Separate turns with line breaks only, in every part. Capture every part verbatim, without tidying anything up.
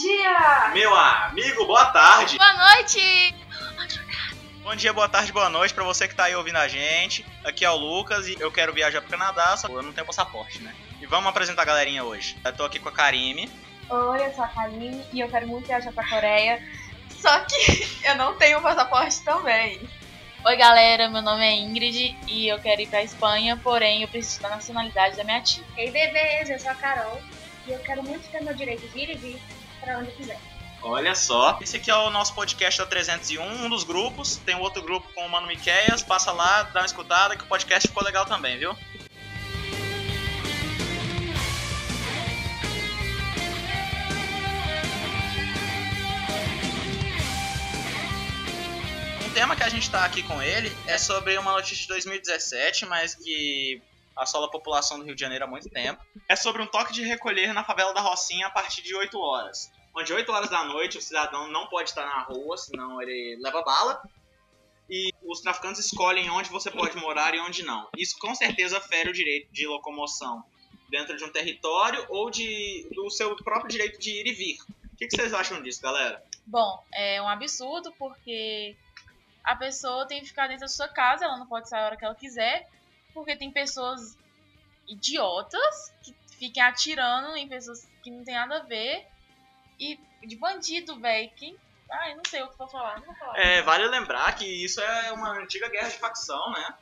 dia!
Meu amigo, boa tarde!
Boa noite!
Bom dia, boa tarde, boa noite pra você que tá aí ouvindo a gente. Aqui é o Lucas e eu quero viajar pro Canadá, só que eu não tenho passaporte, né? E vamos apresentar a galerinha hoje. Eu tô aqui com a Karime.
Oi, eu sou a Karime e eu quero muito viajar pra Coreia, só que eu não tenho passaporte também.
Oi galera, meu nome é Ingrid e eu quero ir pra Espanha, porém eu preciso da nacionalidade da minha tia.
Ei bebês, eu sou a Carol e eu quero muito ter meu direito de ir e vir pra onde eu quiser.
Olha só, esse aqui é o nosso podcast da trezentos e um, um dos grupos. Tem um outro grupo com o Mano Miqueias, passa lá, dá uma escutada que o podcast ficou legal também, viu? O tema que a gente tá aqui com ele é sobre uma notícia de dois mil e dezessete, mas que assola a população do Rio de Janeiro há muito tempo. É sobre um toque de recolher na favela da Rocinha a partir de oito horas. Onde oito horas da noite o cidadão não pode estar na rua, senão ele leva bala. E os traficantes escolhem onde você pode morar e onde não. Isso com certeza fere o direito de locomoção dentro de um território ou de, do seu próprio direito de ir e vir. O que, que vocês acham disso, galera?
Bom, é um absurdo porque a pessoa tem que ficar dentro da sua casa, ela não pode sair a hora que ela quiser, porque tem pessoas idiotas que fiquem atirando em pessoas que não tem nada a ver. E de bandido, velho. Quem... Ai, não sei o que vou falar. Não vou falar.
É, vale lembrar que isso é uma antiga guerra de facção, né?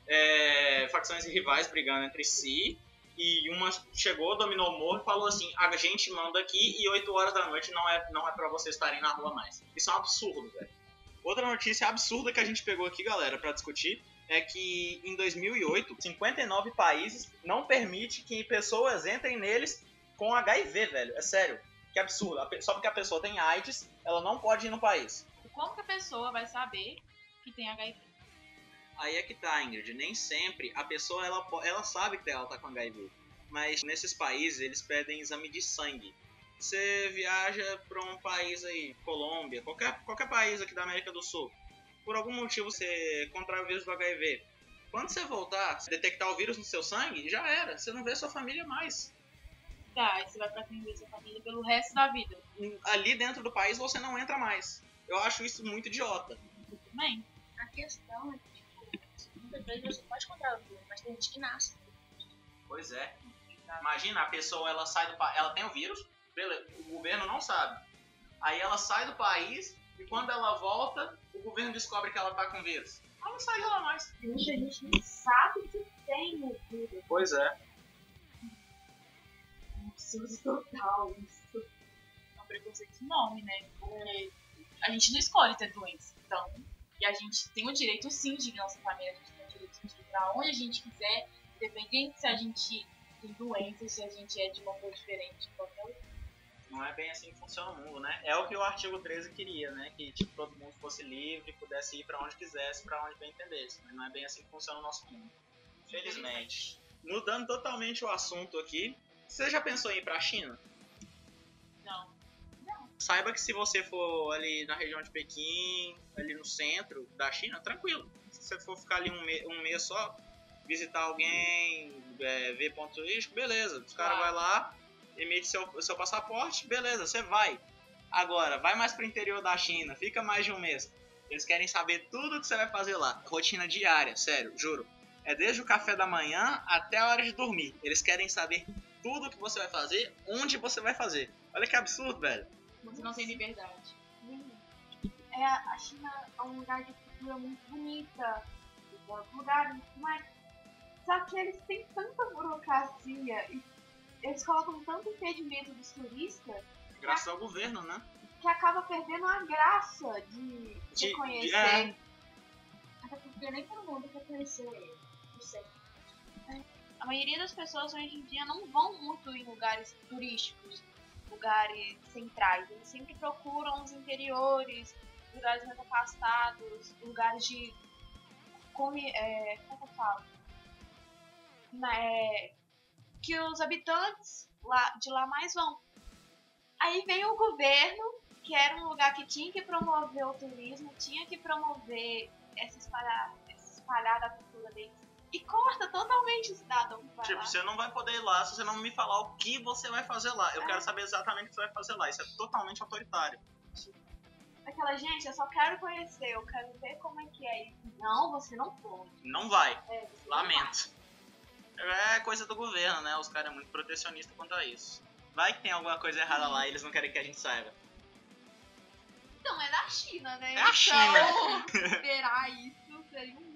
É, facções rivais brigando entre si. E uma chegou, dominou o morro e falou assim: a gente manda aqui e oito horas da noite não é, não é pra vocês estarem na rua mais. Isso é um absurdo, velho. Outra notícia absurda que a gente pegou aqui, galera, pra discutir, é que em dois mil e oito, cinquenta e nove países não permite que pessoas entrem neles com H I V, velho. É sério. Que absurdo. Só porque a pessoa tem AIDS, ela não pode ir no país.
Como que a pessoa vai saber que tem H I V?
Aí é que tá, Ingrid. Nem sempre a pessoa, ela, ela sabe que ela tá com H I V. Mas nesses países, eles pedem exame de sangue. Você viaja pra um país aí, Colômbia, qualquer, qualquer país aqui da América do Sul. Por algum motivo você contrai o vírus do H I V. Quando você voltar, se detectar o vírus no seu sangue, já era. Você não vê sua família mais.
Tá, e você vai pra atender sua família pelo resto da vida.
Ali dentro do país você não entra mais. Eu acho isso muito idiota.
Eu também.
A questão é que, tipo, muitas vezes você pode comprar o vírus, mas tem gente que nasce.
Pois é. Imagina, a pessoa, ela sai do país, ela tem o vírus, beleza, o governo não sabe. Aí ela sai do país e quando ela volta, o governo descobre que ela tá com vírus. Ela não sai de lá mais.
Muita gente não sabe que tem o vírus.
Pois é.
Absurdo total isso.
É um preconceito enorme, né? Porque a gente não escolhe ter doença. Então, e a gente tem o direito sim de ir na nossa família, a gente tem o direito de ir pra onde a gente quiser, independente se a gente tem doença, se a gente é de uma cor diferente, qualquer outra.
Não é bem assim que funciona o mundo, né? É o que o artigo treze queria, né? Que tipo, todo mundo fosse livre, pudesse ir pra onde quisesse, pra onde bem entendesse. Mas não é bem assim que funciona o nosso mundo. Felizmente. Mudando totalmente o assunto aqui, você já pensou em ir pra China?
Não.
Não.
Saiba que se você for ali na região de Pequim, ali no centro da China, tranquilo. Se você for ficar ali um, me- um mês só, visitar alguém, é, ver ponto turístico, beleza. Os caras
Claro.
vão lá, emite seu, seu passaporte, beleza, você vai. Agora, vai mais pro interior da China, fica mais de um mês. Eles querem saber tudo que você vai fazer lá. Rotina diária, sério, juro. É desde o café da manhã até a hora de dormir. Eles querem saber tudo que você vai fazer, onde você vai fazer. Olha que absurdo, velho.
Você não tem liberdade.
É, a China é um lugar de cultura muito bonita, um lugar, mas só que eles têm tanta burocracia e eles colocam tanto impedimento dos turistas
Graças ao governo, né?
que acaba perdendo a graça de se
De-
conhecer.
de- é.
Até porque nem todo mundo quer conhecer o centro.
A maioria das pessoas hoje em dia não vão muito em lugares turísticos, lugares centrais. Eles sempre procuram os interiores, lugares mais afastados, lugares de... Come, é, como é que eu falo? Na- é, que os habitantes lá, de lá mais vão. Aí vem o governo, que era um lugar que tinha que promover o turismo, tinha que promover essa espalhar, essa espalhar da cultura deles. e corta totalmente o cidadão que vai
Tipo,
lá.
você não vai poder ir lá se você não me falar o que você vai fazer lá. Eu
É.
quero saber exatamente o que você vai fazer lá. Isso é totalmente autoritário.
Aquela, gente, eu só quero conhecer, eu quero ver como é que é. Não, você não pode.
Não vai.
É, você não
Lamento. É coisa do governo, né? Os caras é muito protecionistas quanto a isso. Vai que tem alguma coisa errada lá e eles não querem que a gente saiba.
vai. Não, é da China, né?
É a China.
Então, esperar isso seria um...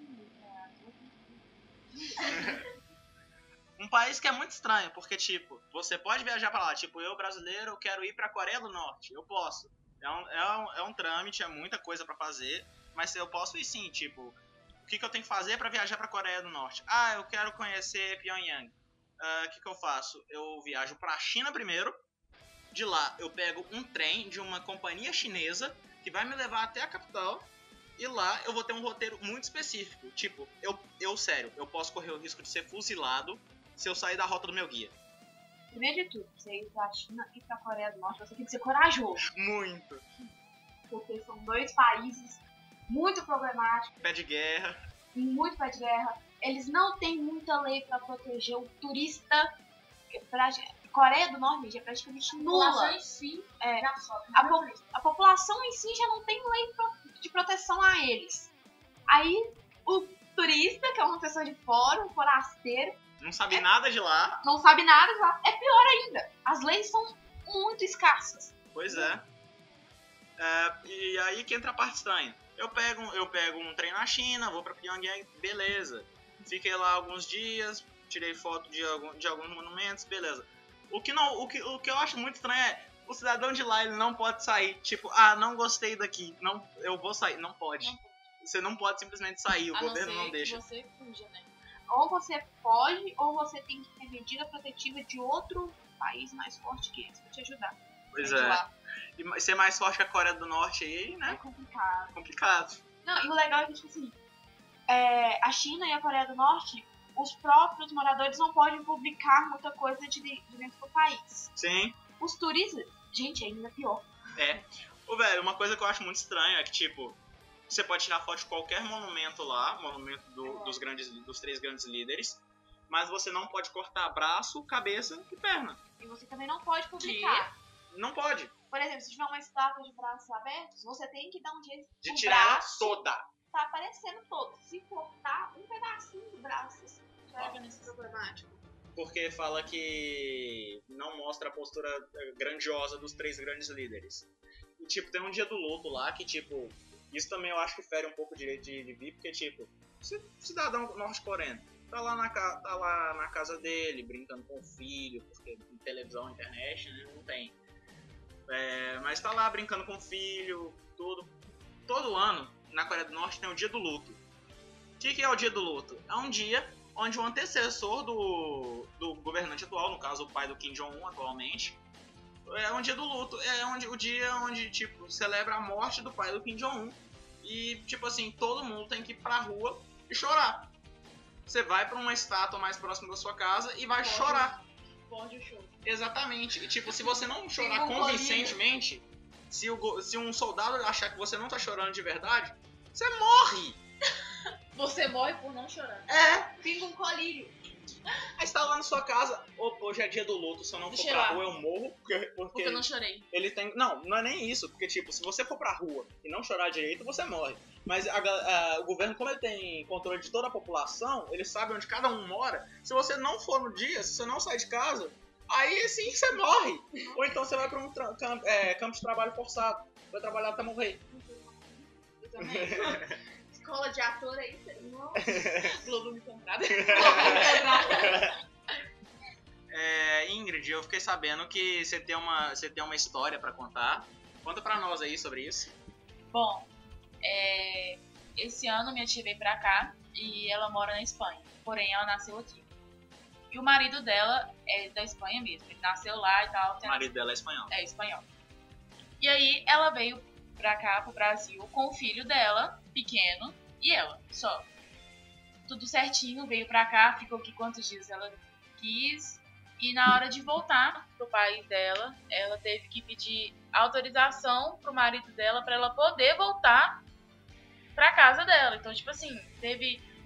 Um país que é muito estranho, porque, tipo, você pode viajar pra lá. Tipo, eu, brasileiro, eu quero ir pra Coreia do Norte. Eu posso. É um, é um, é um trâmite, é muita coisa pra fazer. Mas eu posso ir sim, tipo... O que, que eu tenho que fazer pra viajar pra Coreia do Norte? Ah, eu quero conhecer Pyongyang. Ah, o que, que eu faço? Eu viajo pra China primeiro. De lá, eu pego um trem de uma companhia chinesa que vai me levar até a capital. E lá eu vou ter um roteiro muito específico. Tipo, eu, eu sério, eu posso correr o risco de ser fuzilado se eu sair da rota do meu guia.
Primeiro de tudo, você ir pra China e pra Coreia do Norte, você tem que ser corajoso.
Muito.
Porque são dois países muito problemáticos,
Pé de guerra.
muito pé de guerra. Eles não têm muita lei pra proteger o turista. Pra... Coreia do Norte, gente, é praticamente
A população
nula.
em si
É,
já sofre.
a, po- a população em si já não tem lei pro- de proteção a eles. Aí, o turista, que é uma pessoa de fora, um forasteiro,
Não sabe nada de lá.
não sabe nada, já é pior ainda. As leis são muito escassas.
Pois é. É, e aí que entra a parte estranha. Eu pego, eu pego um trem na China, vou pra Pyongyang, beleza. Fiquei lá alguns dias, tirei foto de, algum, de alguns monumentos, beleza. O que, não, o, que, o que eu acho muito estranho é, o cidadão de lá ele não pode sair. Tipo, ah, não gostei daqui, não, eu vou sair. Não pode.
Não
Você não pode simplesmente sair, o
A
governo
não
não
ser
deixa.
que você fuja, né?
Ou você pode, ou você tem que ter medida protetiva de outro país mais forte que esse pra te ajudar.
Pois
De
é.
lá.
E ser mais forte que a Coreia do Norte aí,
É
né?
complicado.
Complicado.
Não, e o legal é que, tipo assim, é, a China e a Coreia do Norte, os próprios moradores não podem publicar muita coisa de, de dentro do país.
Sim.
Os turistas, gente, é ainda pior.
É. Ô, velho, uma coisa que eu acho muito estranha é que, tipo, você pode tirar foto de qualquer monumento lá, monumento do- dos, grandes, dos três grandes líderes, mas você não pode cortar braço, cabeça e perna.
E você também não pode publicar.
Não pode.
Por exemplo, se tiver uma estátua de braços abertos, você tem que dar um jeito
De
o
tirar ela
braço
toda.
tá aparecendo todo. Se cortar um pedacinho do braço, assim, já é
Ó.
problemático.
Porque fala que não mostra a postura eh, grandiosa dos três grandes líderes. E, tipo, tem um dia do luto lá que, tipo, isso também eu acho que fere um pouco o direito de, de vir, porque, tipo, ci- cidadão norte-coreano tá lá, na, ca- tá lá na casa dele, brincando com o filho, porque televisão, internet, né, não tem. É, mas tá lá brincando com o filho, tudo. Todo ano, na Coreia do Norte, tem o dia do luto. O que, que é o dia do luto? É um dia onde o antecessor do, do governante atual, no caso o pai do Kim Jong-un atualmente, é um dia do luto, é onde, o dia onde, tipo, celebra a morte do pai do Kim Jong-un. E, tipo assim, todo mundo tem que ir pra rua e chorar. Você vai pra uma estátua mais próxima da sua casa e vai
Pode.
chorar.
Pode o show.
Exatamente. E, tipo, se você não chorar
um
convincentemente, se, o, go- se um soldado achar que você não tá chorando de verdade, você morre.
Você morre por não chorar.
É.
Pinga um colírio.
Aí você tá lá na sua casa, "Ô, hoje é dia do luto, se eu não for
Deixa
pra
lá.
rua eu morro, porque, porque
Porque eu não chorei.
ele tem... Não, não é nem isso, porque tipo, se você for pra rua e não chorar direito, você morre. Mas a ga- a- o governo, como ele tem controle de toda a população, ele sabe onde cada um mora, se você não for no dia, se você não sair de casa, aí sim você morre. Ou então você vai pra um tra- cam- é, campo de trabalho forçado, vai trabalhar até morrer.
Eu também. Escola de ator aí, você não. Globo me comprado.
É, Ingrid, eu fiquei sabendo que você tem uma, você tem uma história pra contar. Conta pra nós aí sobre isso.
Bom, é, esse ano minha tia veio pra cá e ela mora na Espanha. Porém, ela nasceu aqui. E o marido dela é da Espanha mesmo. Ele nasceu lá e tal.
O
tem-
marido dela é espanhol.
É espanhol. E aí ela veio pra cá, pro Brasil, com o filho dela, pequeno, e ela, só. Tudo certinho, veio pra cá, ficou aqui quantos dias ela quis. E na hora de voltar pro país dela, ela teve que pedir autorização pro marido dela pra ela poder voltar pra casa dela. Então, tipo assim, teve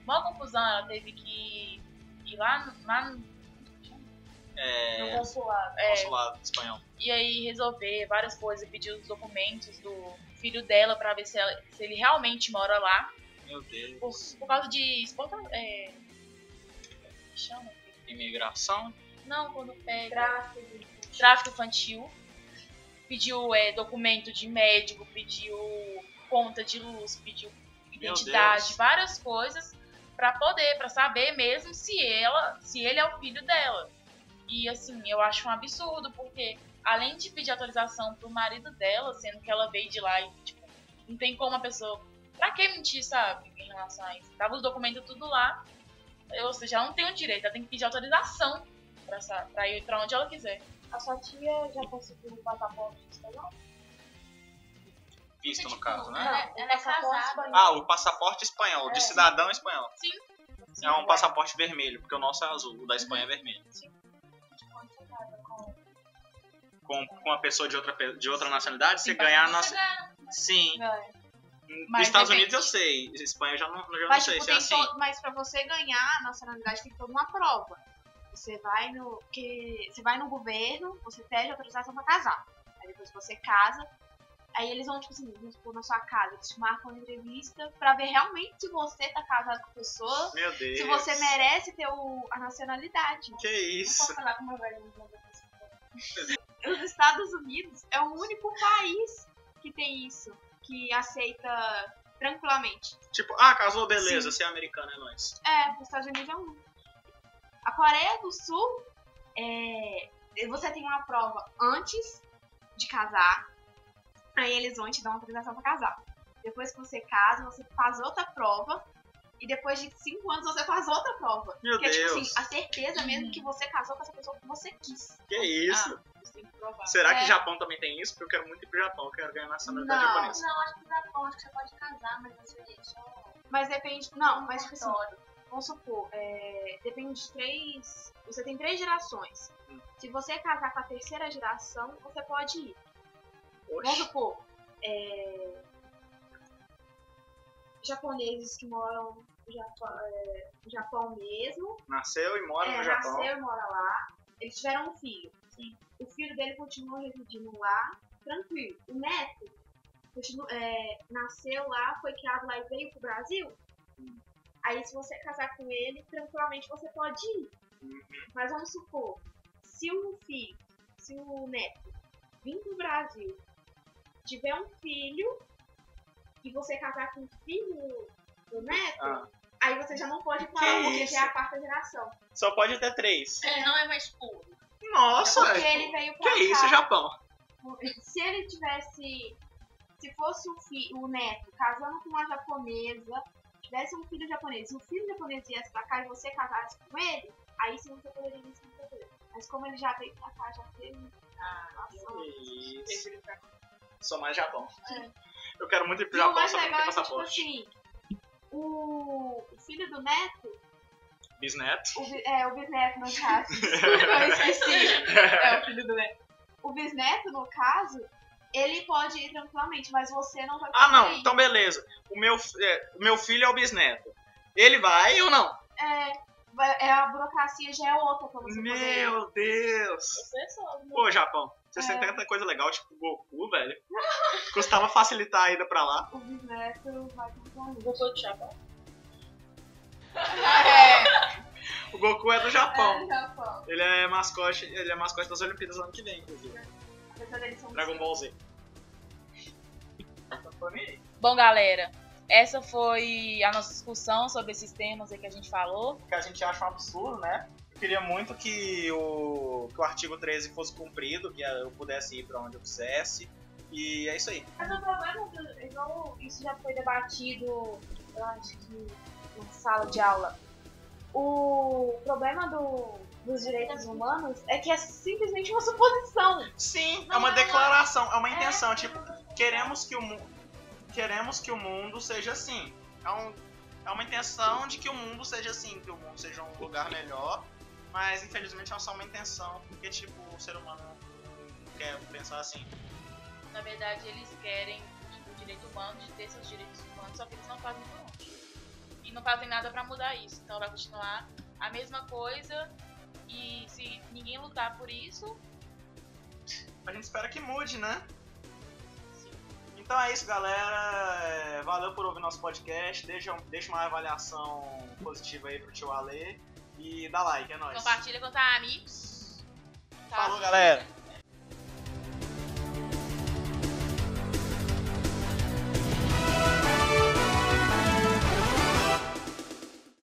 Mó confusão, ela teve que ir lá, no- lá no,
É,
no consulado. É,
consulado espanhol.
e aí resolver várias coisas, pedir os documentos do filho dela pra ver se, ela- se ele realmente mora lá.
Meu
Por,
Deus.
por causa de exporta, é, como chama?
Imigração?
Não, quando pega.
Tráfego.
Tráfico infantil. Pediu é, documento de médico, pediu conta de luz, pediu identidade,
Deus.
várias coisas pra poder, pra saber mesmo se ela, se ele é o filho dela. E assim, eu acho um absurdo, porque além de pedir autorização pro marido dela, sendo que ela veio de lá e tipo, não tem como a pessoa. Pra que mentir, sabe? Em relação a isso. Tava os documentos tudo lá. Ou seja, ela não tem o direito, ela tem que pedir autorização pra, sa- pra ir pra onde ela quiser.
A sua tia já conseguiu o passaporte espanhol?
Visto, no
Tipo,
caso, né?
ela,
Não,
ela é
passaporte
casada.
espanhol.
Ah, o passaporte espanhol, de
É.
cidadão espanhol.
Sim.
É um passaporte vermelho, porque o nosso é azul, o da Espanha é vermelho.
Quando você casa com...
Com, com uma pessoa de outra, pe- de outra nacionalidade, você
Sim,
ganhar
pra
na.
você ganhar.
Sim.
Ganha.
Nos
Mas
Estados
depende.
Unidos eu sei, Espanha eu já não, eu já não
Mas,
sei
tipo,
se é
tem
assim.
to- mas pra você ganhar a nacionalidade tem toda uma prova. Você vai no. Que... Você vai no governo, você pede autorização pra casar. Aí depois você casa. Aí eles vão, tipo assim, vamos supor, na sua casa, eles te marcam uma entrevista pra ver realmente se você tá casado com a pessoa,
Meu Deus.
se você merece ter o, a nacionalidade.
Que isso?
Posso falar com uma velha? Os Estados Unidos é o único país que tem isso, que aceita tranquilamente.
Tipo, ah, casou, beleza, você é americano, é nóis.
É, os Estados Unidos é um. A Coreia do Sul, é, você tem uma prova antes de casar, aí eles vão te dar uma autorização pra casar. Depois que você casa, você faz outra prova, e depois de cinco anos você faz outra prova.
Meu
que é tipo
Deus.
assim, a certeza mesmo que você casou com essa pessoa que você quis.
Que isso?
Ah, você tem que provar.
Será que
é.
o Japão também tem isso? Porque eu quero muito ir pro Japão, eu quero ganhar nacionalidade
Não.
japonesa.
Não, acho que no Japão, acho que você pode casar, mas você só.
Mas depende. Não, mas tipo assim,
Cartório.
vamos supor, é, depende de três. Você tem três gerações.
Hum.
Se você casar com a terceira geração, você pode ir. Vamos
Oxe.
supor, é, japoneses que moram no Japão, é, no Japão mesmo,
Nasceu e mora
é,
no Japão.
nasceu e mora lá, eles tiveram um filho. O filho dele continua residindo lá, tranquilo. O neto continua, é, nasceu lá, foi criado lá e veio pro Brasil. Aí se você casar com ele, tranquilamente você pode ir.
Uhum.
Mas vamos supor, se o filho, se o neto vir pro Brasil, tiver um filho, e você casar com o filho do neto,
Ah.
aí você já não pode
Que
falar, porque
isso?
já é a quarta geração.
Só pode ter três.
Ele não é mais puro.
Nossa,
Porque
velho.
ele veio pra
Que
cá.
isso, Japão?
Se ele tivesse. Se fosse o, fi, o neto casando com uma japonesa, tivesse um filho japonês, e o filho japonês viesse pra cá e você casasse com ele, aí sim você poderia ir sem poder. Mas como ele já veio pra cá, já teve.
Ah,
Que isso. Sou mais Japão.
É.
Eu quero muito ir pro
E o
Japão,
mais
só pra
legal
ter
é que, tipo
passaporte.
assim, o, o filho do neto,
Bisneto.
o, bi- é, o bisneto no caso, eu esqueci, é o filho do neto. O bisneto, no caso, ele pode ir tranquilamente, mas você não vai poder
Ah, não,
ir.
então beleza. O meu, é, o meu filho é o bisneto. Ele vai ou não?
É, vai- é, a burocracia já é outra pra você poder.
Meu Deus.
Você só.
Pô, Japão, vocês têm
É.
tanta coisa legal, tipo Goku, velho. Custava facilitar a ida pra lá.
O bisneto vai tranquilamente.
Goku do Japão?
É,
O Goku é do Japão.
é, Japão.
Ele é mascote, ele é mascote das Olimpíadas ano que vem, inclusive.
Apesar deles são
Dragon Ball Z.
Bom, galera, essa foi a nossa discussão sobre esses temas aí que a gente falou.
Que a gente acha um absurdo, né? Eu queria muito que o, que o artigo treze fosse cumprido, que eu pudesse ir pra onde eu quisesse. E é isso aí.
Mas o problema, do, igual isso já foi debatido, eu acho que na sala de aula, o problema do, dos direitos humanos é que é simplesmente uma suposição.
Sim, é
Não
uma
é
declaração, é uma
É.
intenção. Tipo, queremos que o mundo. Queremos que o mundo seja assim. É, um, é uma intenção de que o mundo seja assim, que o mundo seja um lugar melhor. Mas infelizmente é só uma intenção, porque tipo, o ser humano não quer pensar assim.
Na verdade, eles querem tipo, o direito humano de ter seus direitos humanos, só que eles não fazem por onde. e não fazem nada pra mudar isso. Então vai continuar a mesma coisa e se ninguém lutar por isso...
A gente espera que mude, né? Sim. Então é isso, galera. Valeu por ouvir nosso podcast. Deixa, deixa uma avaliação positiva aí pro tio Ale. E dá like, é nóis.
Compartilha com os amigos.
Falou, galera.